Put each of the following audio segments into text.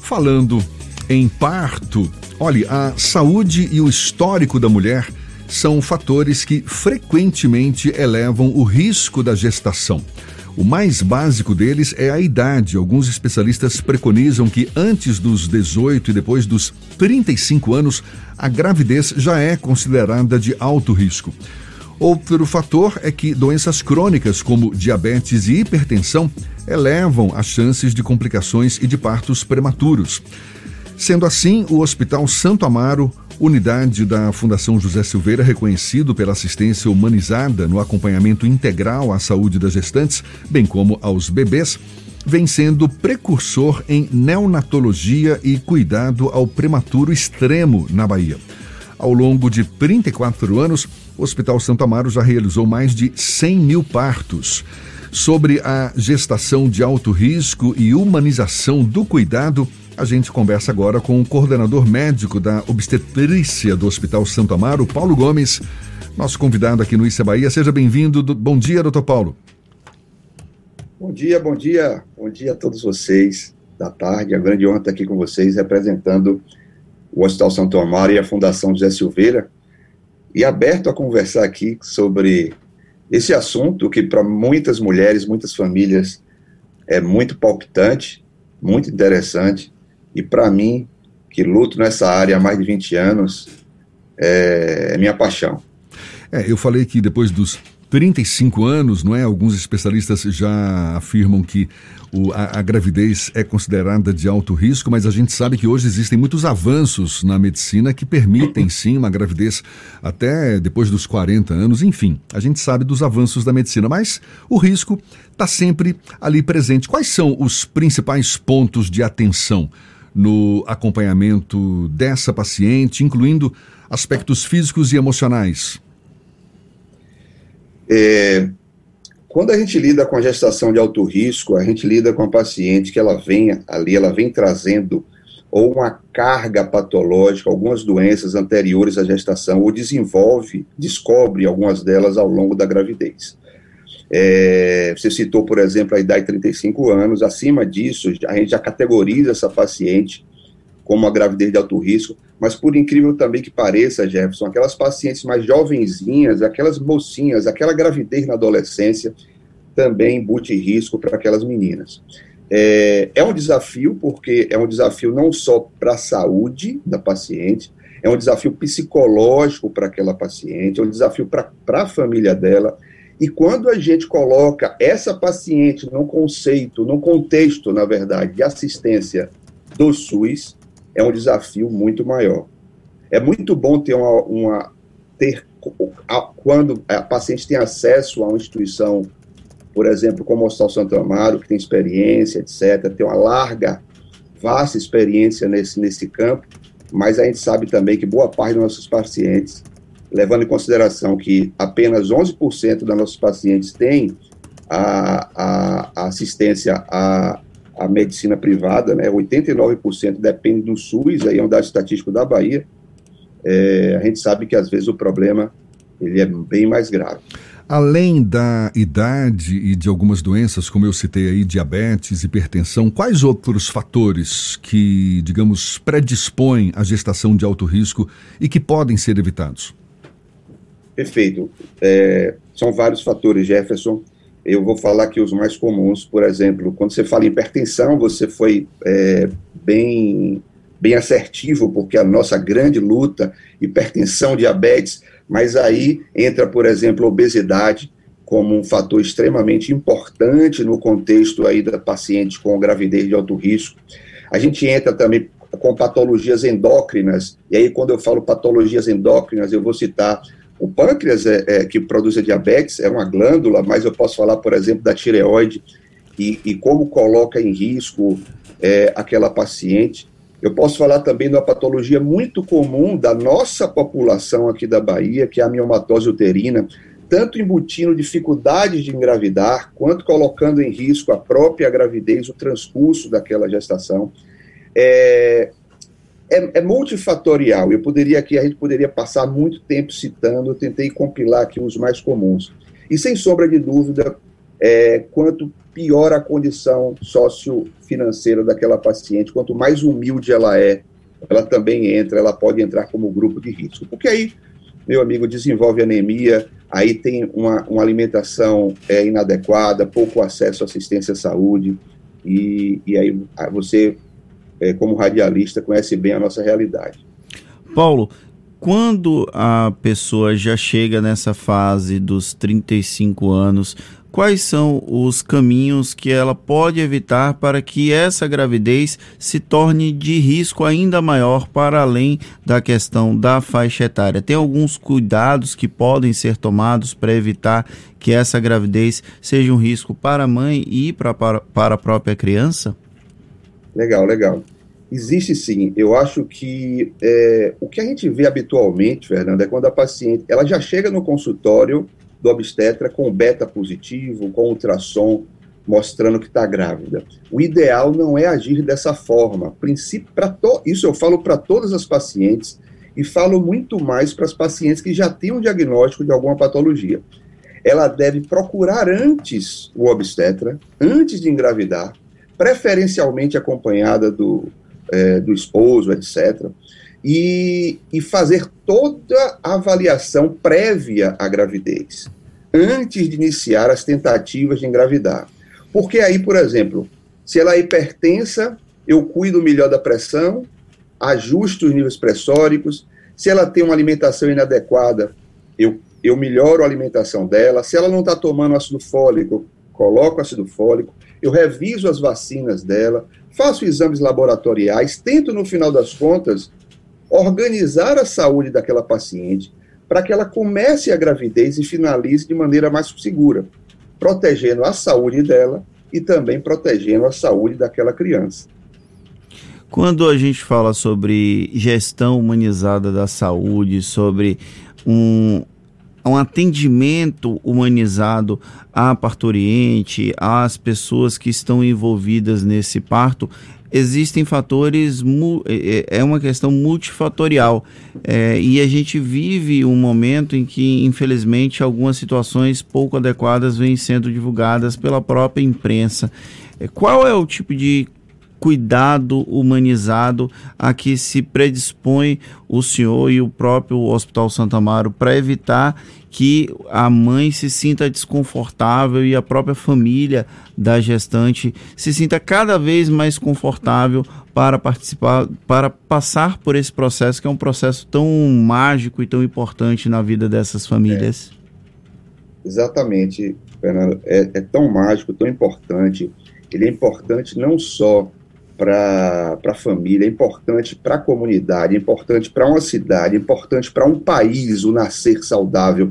Falando em parto, olha, a saúde e o histórico da mulher são fatores que frequentemente elevam o risco da gestação. O mais básico deles é a idade. Alguns especialistas preconizam que antes dos 18 e depois dos 35 anos, a gravidez já é considerada de alto risco. Outro fator é que doenças crônicas como diabetes e hipertensão elevam as chances de complicações e de partos prematuros. Sendo assim, o Hospital Santo Amaro, unidade da Fundação José Silveira, reconhecido pela assistência humanizada no acompanhamento integral à saúde das gestantes, bem como aos bebês, vem sendo precursor em neonatologia e cuidado ao prematuro extremo na Bahia. Ao longo de 34 anos, o Hospital Santo Amaro já realizou mais de 100 mil partos. Sobre a gestação de alto risco e humanização do cuidado, a gente conversa agora com o coordenador médico da obstetrícia do Hospital Santo Amaro, Paulo Gomes, nosso convidado aqui no Issa Bahia. Seja bem-vindo. Bom dia, doutor Paulo. Bom dia a todos vocês da tarde. É uma grande honra estar aqui com vocês, representando o Hospital Santo Amaro e a Fundação José Silveira, e aberto a conversar aqui sobre esse assunto que para muitas mulheres, muitas famílias é muito palpitante, muito interessante, e para mim, que luto nessa área há mais de 20 anos, é minha paixão. Eu falei que depois dos 35 anos, não é? Alguns especialistas já afirmam que a gravidez é considerada de alto risco, mas a gente sabe que hoje existem muitos avanços na medicina que permitem, sim, uma gravidez até depois dos 40 anos. Enfim, a gente sabe dos avanços da medicina, mas o risco está sempre ali presente. Quais são os principais pontos de atenção no acompanhamento dessa paciente, incluindo aspectos físicos e emocionais? Quando a gente lida com a gestação de alto risco, a gente lida com a paciente que ela vem trazendo ou uma carga patológica, algumas doenças anteriores à gestação, ou descobre algumas delas ao longo da gravidez. Você citou, por exemplo, a idade de 35 anos, acima disso, a gente já categoriza essa paciente como uma gravidez de alto risco, mas por incrível também que pareça, Jefferson, aquelas pacientes mais jovenzinhas, aquelas mocinhas, aquela gravidez na adolescência, também embute risco para aquelas meninas. É um desafio, porque é um desafio não só para a saúde da paciente, é um desafio psicológico para aquela paciente, é um desafio para a família dela, e quando a gente coloca essa paciente num contexto, na verdade, de assistência do SUS, é um desafio muito maior. É muito bom quando a paciente tem acesso a uma instituição, por exemplo, como o Hospital Santo Amaro, que tem experiência, etc., tem uma vasta experiência nesse campo, mas a gente sabe também que boa parte dos nossos pacientes, levando em consideração que apenas 11% das nossas pacientes têm a assistência à medicina privada, né? 89% depende do SUS, aí é um dado estatístico da Bahia. A gente sabe que às vezes o problema ele é bem mais grave. Além da idade e de algumas doenças, como eu citei aí, diabetes, hipertensão, quais outros fatores que, digamos, predispõem à gestação de alto risco e que podem ser evitados? Perfeito. São vários fatores, Jefferson. Eu vou falar aqui os mais comuns. Por exemplo, quando você fala em hipertensão, você foi bem assertivo, porque a nossa grande luta, hipertensão, diabetes, mas aí entra, por exemplo, a obesidade como um fator extremamente importante no contexto aí da paciente com gravidez de alto risco. A gente entra também com patologias endócrinas, e aí quando eu falo patologias endócrinas, eu vou citar o pâncreas, que produz a diabetes, é uma glândula, mas eu posso falar, por exemplo, da tireoide e como coloca em risco aquela paciente. Eu posso falar também de uma patologia muito comum da nossa população aqui da Bahia, que é a miomatose uterina, tanto embutindo dificuldades de engravidar, quanto colocando em risco a própria gravidez, o transcurso daquela gestação. É multifatorial. A gente poderia passar muito tempo citando, eu tentei compilar aqui os mais comuns. E sem sombra de dúvida, quanto pior a condição sociofinanceira daquela paciente, quanto mais humilde ela é, ela também entra, ela pode entrar como grupo de risco. Porque aí, meu amigo, desenvolve anemia, aí tem uma alimentação inadequada, pouco acesso à assistência à saúde, e aí você, como radialista, conhece bem a nossa realidade. Paulo, quando a pessoa já chega nessa fase dos 35 anos, quais são os caminhos que ela pode evitar para que essa gravidez se torne de risco ainda maior para além da questão da faixa etária? Tem alguns cuidados que podem ser tomados para evitar que essa gravidez seja um risco para a mãe e para a própria criança? Legal. Existe sim. Eu acho que o que a gente vê habitualmente, Fernando, é quando a paciente ela já chega no consultório do obstetra com beta positivo, com ultrassom, mostrando que está grávida. O ideal não é agir dessa forma. Isso eu falo para todas as pacientes e falo muito mais para as pacientes que já têm um diagnóstico de alguma patologia. Ela deve procurar antes o obstetra, antes de engravidar, preferencialmente acompanhada do esposo, etc., e fazer toda a avaliação prévia à gravidez, antes de iniciar as tentativas de engravidar. Porque aí, por exemplo, se ela é hipertensa, eu cuido melhor da pressão, ajusto os níveis pressóricos. Se ela tem uma alimentação inadequada, eu melhoro a alimentação dela. Se ela não está tomando ácido fólico, eu coloco ácido fólico, eu reviso as vacinas dela, faço exames laboratoriais, tento, no final das contas, organizar a saúde daquela paciente para que ela comece a gravidez e finalize de maneira mais segura, protegendo a saúde dela e também protegendo a saúde daquela criança. Quando a gente fala sobre gestão humanizada da saúde, sobre um atendimento humanizado à parturiente, às pessoas que estão envolvidas nesse parto, existem fatores, é uma questão multifatorial, e a gente vive um momento em que, infelizmente, algumas situações pouco adequadas vêm sendo divulgadas pela própria imprensa. Qual é o tipo de cuidado humanizado a que se predispõe o senhor e o próprio Hospital Santo Amaro para evitar que a mãe se sinta desconfortável e a própria família da gestante se sinta cada vez mais confortável para participar, para passar por esse processo, que é um processo tão mágico e tão importante na vida dessas famílias? Exatamente, Fernando. É tão mágico, tão importante. Ele é importante não só para a família, é importante para a comunidade, é importante para uma cidade, é importante para um país, o nascer saudável,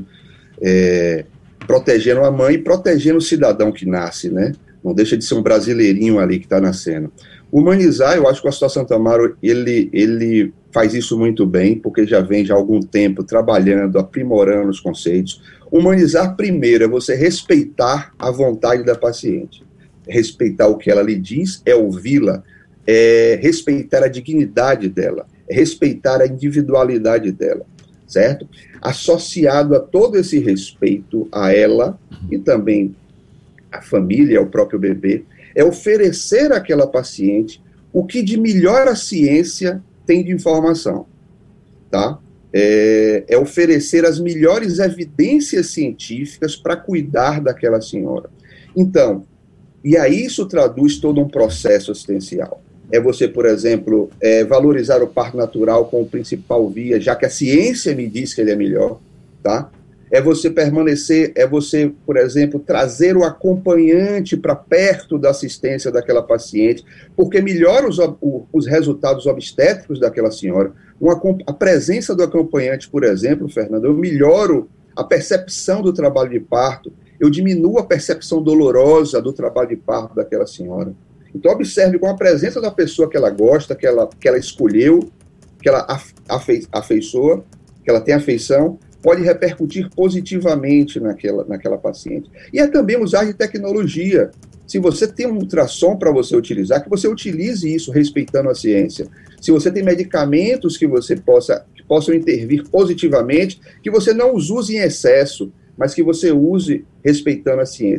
protegendo a mãe e protegendo o cidadão que nasce, né? Não deixa de ser um brasileirinho ali que está nascendo. Humanizar, eu acho que o Hospital Santo Amaro, ele faz isso muito bem, porque já vem já há algum tempo trabalhando, aprimorando os conceitos. Humanizar, primeiro, é você respeitar a vontade da paciente, respeitar o que ela lhe diz, é ouvi-la, é respeitar a dignidade dela, é respeitar a individualidade dela, certo? Associado a todo esse respeito a ela e também a família, ao próprio bebê, é oferecer àquela paciente o que de melhor a ciência tem de informação, tá? É oferecer as melhores evidências científicas para cuidar daquela senhora. Então, e aí isso traduz todo um processo assistencial. É você, por exemplo, valorizar o parto natural como principal via, já que a ciência me diz que ele é melhor, tá? É você permanecer, é você, por exemplo, trazer o acompanhante para perto da assistência daquela paciente, porque melhora os resultados obstétricos daquela senhora. A presença do acompanhante, por exemplo, Fernando, eu melhoro a percepção do trabalho de parto, eu diminuo a percepção dolorosa do trabalho de parto daquela senhora. Então, observe com a presença da pessoa que ela gosta, que ela escolheu, que ela afeiçoa, que ela tem afeição, pode repercutir positivamente naquela paciente. E é também usar de tecnologia. Se você tem um ultrassom para você utilizar, que você utilize isso respeitando a ciência. Se você tem medicamentos que possam intervir positivamente, que você não os use em excesso, mas que você use respeitando a ciência.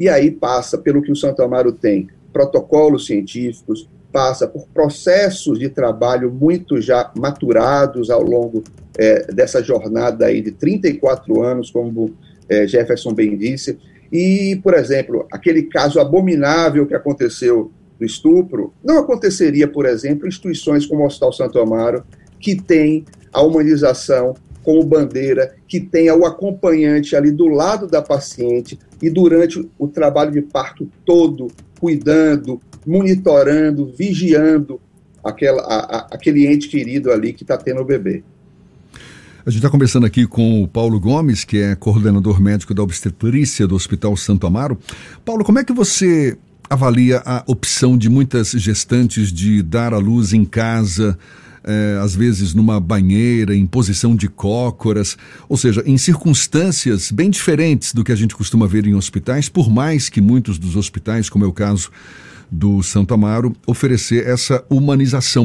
E aí passa pelo que o Santo Amaro tem, protocolos científicos, passa por processos de trabalho muito já maturados ao longo dessa jornada aí de 34 anos, como Jefferson bem disse. E, por exemplo, aquele caso abominável que aconteceu do estupro, não aconteceria, por exemplo, em instituições como o Hospital Santo Amaro, que tem a humanização como bandeira, que tenha o acompanhante ali do lado da paciente e durante o trabalho de parto todo, cuidando, monitorando, vigiando aquele ente querido ali que está tendo o bebê. A gente está conversando aqui com o Paulo Gomes, que é coordenador médico da obstetrícia do Hospital Santo Amaro. Paulo, como é que você avalia a opção de muitas gestantes de dar à luz em casa, às vezes numa banheira, em posição de cócoras, ou seja, em circunstâncias bem diferentes do que a gente costuma ver em hospitais, por mais que muitos dos hospitais, como é o caso do Santo Amaro, oferecer essa humanização?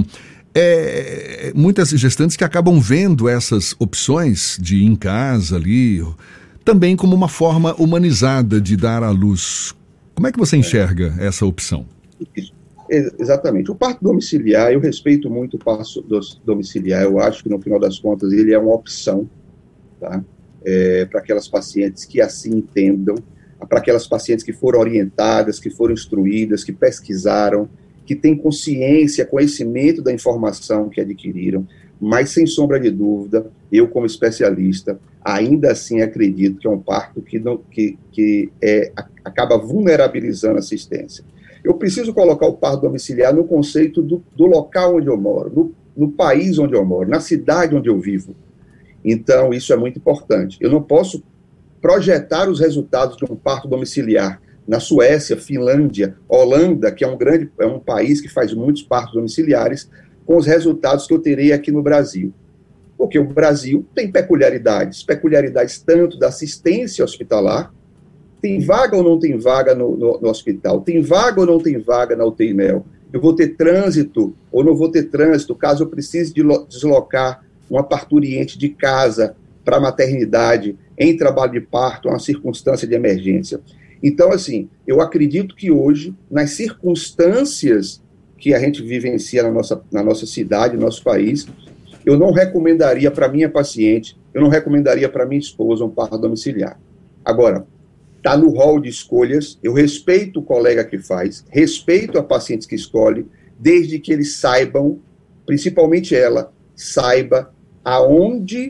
Muitas gestantes que acabam vendo essas opções de ir em casa ali, também como uma forma humanizada de dar à luz. Como é que você enxerga essa opção? Isso. Exatamente. O parto domiciliar, eu respeito muito o parto domiciliar, eu acho que no final das contas ele é uma opção, tá? Para aquelas pacientes que assim entendam, para aquelas pacientes que foram orientadas, que foram instruídas, que pesquisaram, que têm consciência, conhecimento da informação que adquiriram, mas sem sombra de dúvida, eu como especialista, ainda assim acredito que é um parto que acaba vulnerabilizando a assistência. Eu preciso colocar o parto domiciliar no conceito do local onde eu moro, no país onde eu moro, na cidade onde eu vivo. Então, isso é muito importante. Eu não posso projetar os resultados de um parto domiciliar na Suécia, Finlândia, Holanda, que é um país que faz muitos partos domiciliares, com os resultados que eu terei aqui no Brasil. Porque o Brasil tem peculiaridades tanto da assistência hospitalar, tem vaga ou não tem vaga no hospital? Tem vaga ou não tem vaga na UTI-NEL? Eu vou ter trânsito ou não vou ter trânsito, caso eu precise deslocar uma parturiente de casa para a maternidade em trabalho de parto, uma circunstância de emergência. Então, assim, eu acredito que hoje, nas circunstâncias que a gente vivencia na nossa cidade, no nosso país, eu não recomendaria para minha paciente, eu não recomendaria para minha esposa um parto domiciliar. Agora, está no rol de escolhas, eu respeito o colega que faz, respeito a paciente que escolhe, desde que eles saibam, principalmente ela, saiba aonde,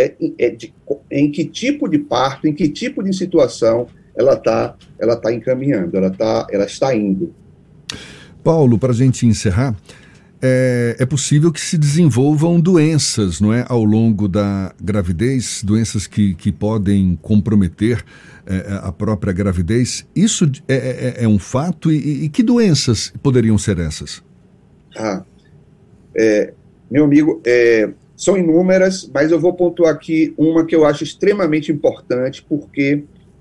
em que tipo de parto, em que tipo de situação ela tá encaminhando, ela está indo. Paulo, para a gente encerrar, é possível que se desenvolvam doenças, não é, ao longo da gravidez, doenças que podem comprometer a própria gravidez. Isso é um fato? E que doenças poderiam ser essas? Meu amigo, são inúmeras, mas eu vou pontuar aqui uma que eu acho extremamente importante, porque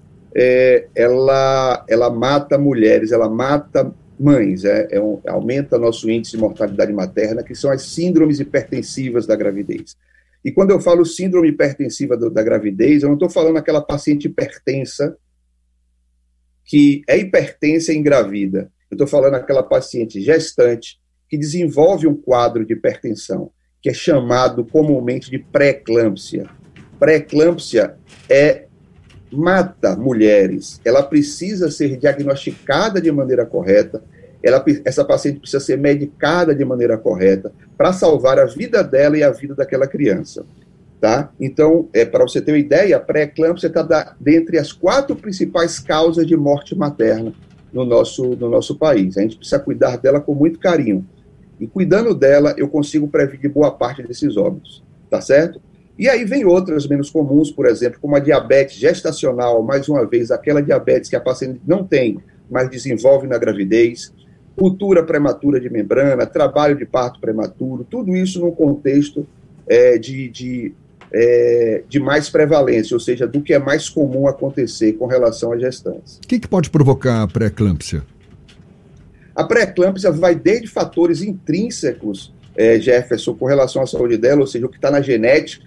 ela mata mulheres, ela mata mães, aumenta nosso índice de mortalidade materna, que são as síndromes hipertensivas da gravidez. E quando eu falo síndrome hipertensiva da gravidez, eu não estou falando aquela paciente hipertensa que é hipertensa e engravida. Eu estou falando aquela paciente gestante que desenvolve um quadro de hipertensão, que é chamado comumente de pré-eclâmpsia. Pré-eclâmpsia mata mulheres, ela precisa ser diagnosticada de maneira correta, essa paciente precisa ser medicada de maneira correta para salvar a vida dela e a vida daquela criança, tá? Então, para você ter uma ideia, a pré-eclâmpsia está dentre as 4 principais causas de morte materna no nosso país. A gente precisa cuidar dela com muito carinho. E cuidando dela, eu consigo prevenir boa parte desses óbitos, tá certo? E aí vem outras menos comuns, por exemplo, como a diabetes gestacional, mais uma vez, aquela diabetes que a paciente não tem, mas desenvolve na gravidez, ruptura prematura de membrana, trabalho de parto prematuro, tudo isso num contexto de mais prevalência, ou seja, do que é mais comum acontecer com relação às gestantes. O que pode provocar a pré-eclâmpsia? A pré-eclâmpsia vai desde fatores intrínsecos, Jefferson, com relação à saúde dela, ou seja, o que está na genética,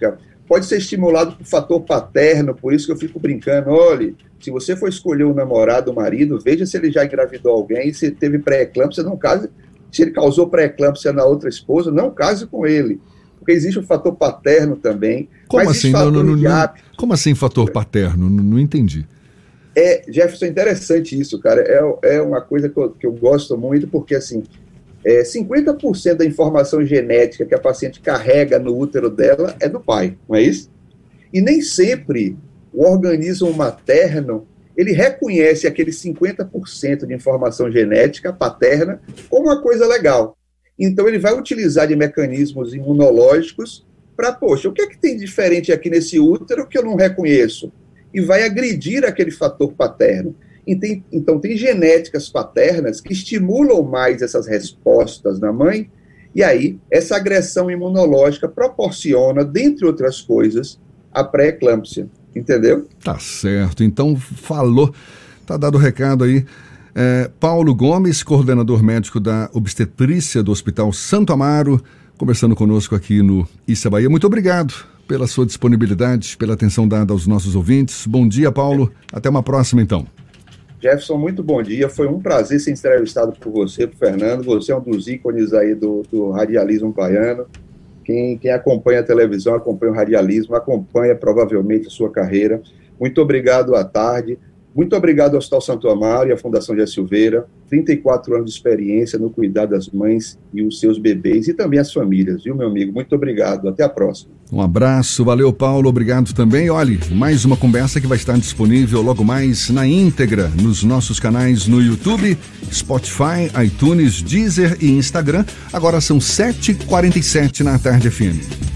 pode ser estimulado por fator paterno, por isso que eu fico brincando, olha, se você for escolher um namorado, um marido, veja se ele já engravidou alguém, se teve pré-eclâmpsia, não case, se ele causou pré-eclâmpsia na outra esposa, não case com ele, porque existe o fator paterno também. Como assim? Como assim fator paterno? Não entendi. Jefferson, é interessante isso, cara, é uma coisa que eu gosto muito, porque assim, 50% da informação genética que a paciente carrega no útero dela é do pai, não é isso? E nem sempre o organismo materno, ele reconhece aquele 50% de informação genética paterna como uma coisa legal. Então ele vai utilizar de mecanismos imunológicos para, poxa, o que é que tem diferente aqui nesse útero que eu não reconheço? E vai agredir aquele fator paterno. Então, tem genéticas paternas que estimulam mais essas respostas na mãe, e aí essa agressão imunológica proporciona, dentre outras coisas, a pré-eclâmpsia. Entendeu? Tá certo. Então, falou. Tá dado o recado aí. Paulo Gomes, coordenador médico da obstetrícia do Hospital Santo Amaro, conversando conosco aqui no Issa Bahia. Muito obrigado pela sua disponibilidade, pela atenção dada aos nossos ouvintes. Bom dia, Paulo. Até uma próxima, então. Jefferson, muito bom dia. Foi um prazer ser entrevistado por você, por Fernando. Você é um dos ícones aí do radialismo baiano. Quem acompanha a televisão, acompanha o radialismo, acompanha provavelmente a sua carreira. Muito obrigado à tarde. Muito obrigado ao Hospital Santo Amaro e à Fundação Gé Silveira. 34 anos de experiência no cuidado das mães e os seus bebês e também as famílias, viu, meu amigo? Muito obrigado. Até a próxima. Um abraço. Valeu, Paulo. Obrigado também. Olhe, mais uma conversa que vai estar disponível logo mais na íntegra nos nossos canais no YouTube, Spotify, iTunes, Deezer e Instagram. Agora são 7h47 na Tarde FM.